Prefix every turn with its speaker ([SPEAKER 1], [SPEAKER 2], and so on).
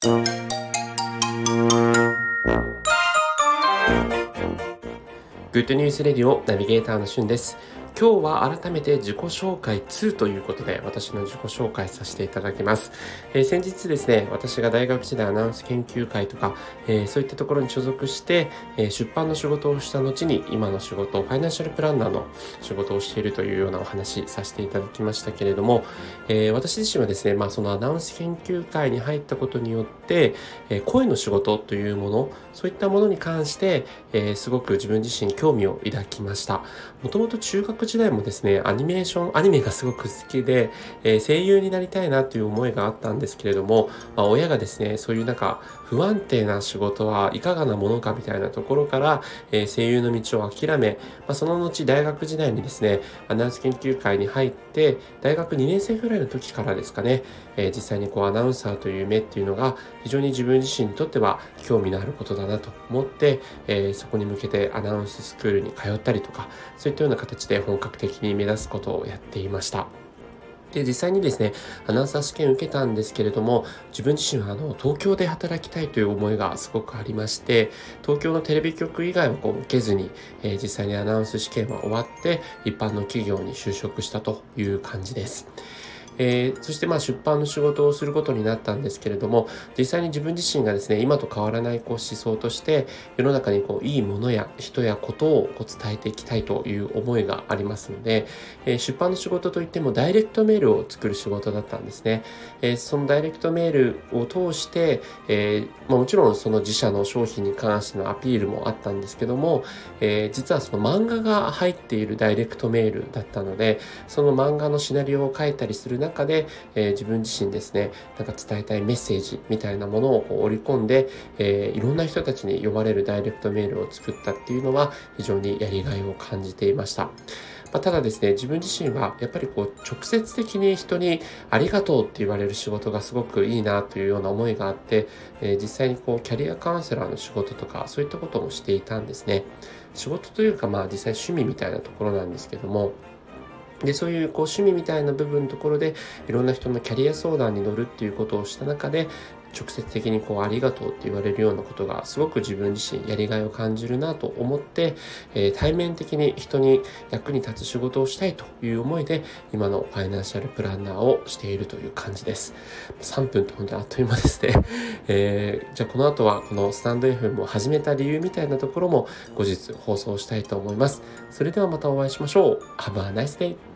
[SPEAKER 1] グッドニュースレディオナビゲーターのしゅんです。今日は改めて自己紹介2ということで私の自己紹介させていただきます。先日ですね、私が大学時代アナウンス研究会とか、そういったところに所属して、出版の仕事をした後に今の仕事、ファイナンシャルプランナーの仕事をしているというようなお話させていただきましたけれども、私自身はですね、そのアナウンス研究会に入ったことによって、声の仕事というもの、そういったものに関して、すごく自分自身興味を抱きました。もともと中学時代もですね、アニメがすごく好きで、声優になりたいなという思いがあったんですけれども、親がですね、そういう不安定な仕事はいかがなものかみたいなところから、声優の道を諦め、その後大学時代にですね、アナウンス研究会に入って、大学2年生ぐらいの時からですかね、実際にアナウンサーという目っていうのが非常に自分自身にとっては興味のあることだなと思って、そこに向けてアナウンススクールに通ったりとか、そういったような形で本格的に目指すことをやっていました。で、実際にですね、アナウンサー試験を受けたんですけれども、自分自身は東京で働きたいという思いがすごくありまして、東京のテレビ局以外は受けずに、実際にアナウンス試験は終わって、一般の企業に就職したという感じです。そして出版の仕事をすることになったんですけれども、実際に自分自身がですね、今と変わらない思想として世の中にいいものや人やことを伝えていきたいという思いがありますので、出版の仕事といってもダイレクトメールを作る仕事だったんですね。そのダイレクトメールを通して、もちろんその自社の商品に関してのアピールもあったんですけども、実はその漫画が入っているダイレクトメールだったので、その漫画のシナリオを書いたりする中で、自分自身ですね、伝えたいメッセージみたいなものを織り込んで、いろんな人たちに読まれるダイレクトメールを作ったっていうのは非常にやりがいを感じていました。ただですね、自分自身はやっぱり直接的に人にありがとうって言われる仕事がすごくいいなというような思いがあって、実際にキャリアカウンセラーの仕事とかそういったこともしていたんですね。仕事というか実際趣味みたいなところなんですけども、で、そういう趣味みたいな部分のところでいろんな人のキャリア相談に乗るっていうことをした中で、直接的にありがとうって言われるようなことがすごく自分自身やりがいを感じるなと思って、対面的に人に役に立つ仕事をしたいという思いで今のファイナンシャルプランナーをしているという感じです。3分って本当にあっという間ですね。じゃあこの後はこのスタンド FM を始めた理由みたいなところも後日放送したいと思います。それではまたお会いしましょう。Have a nice day!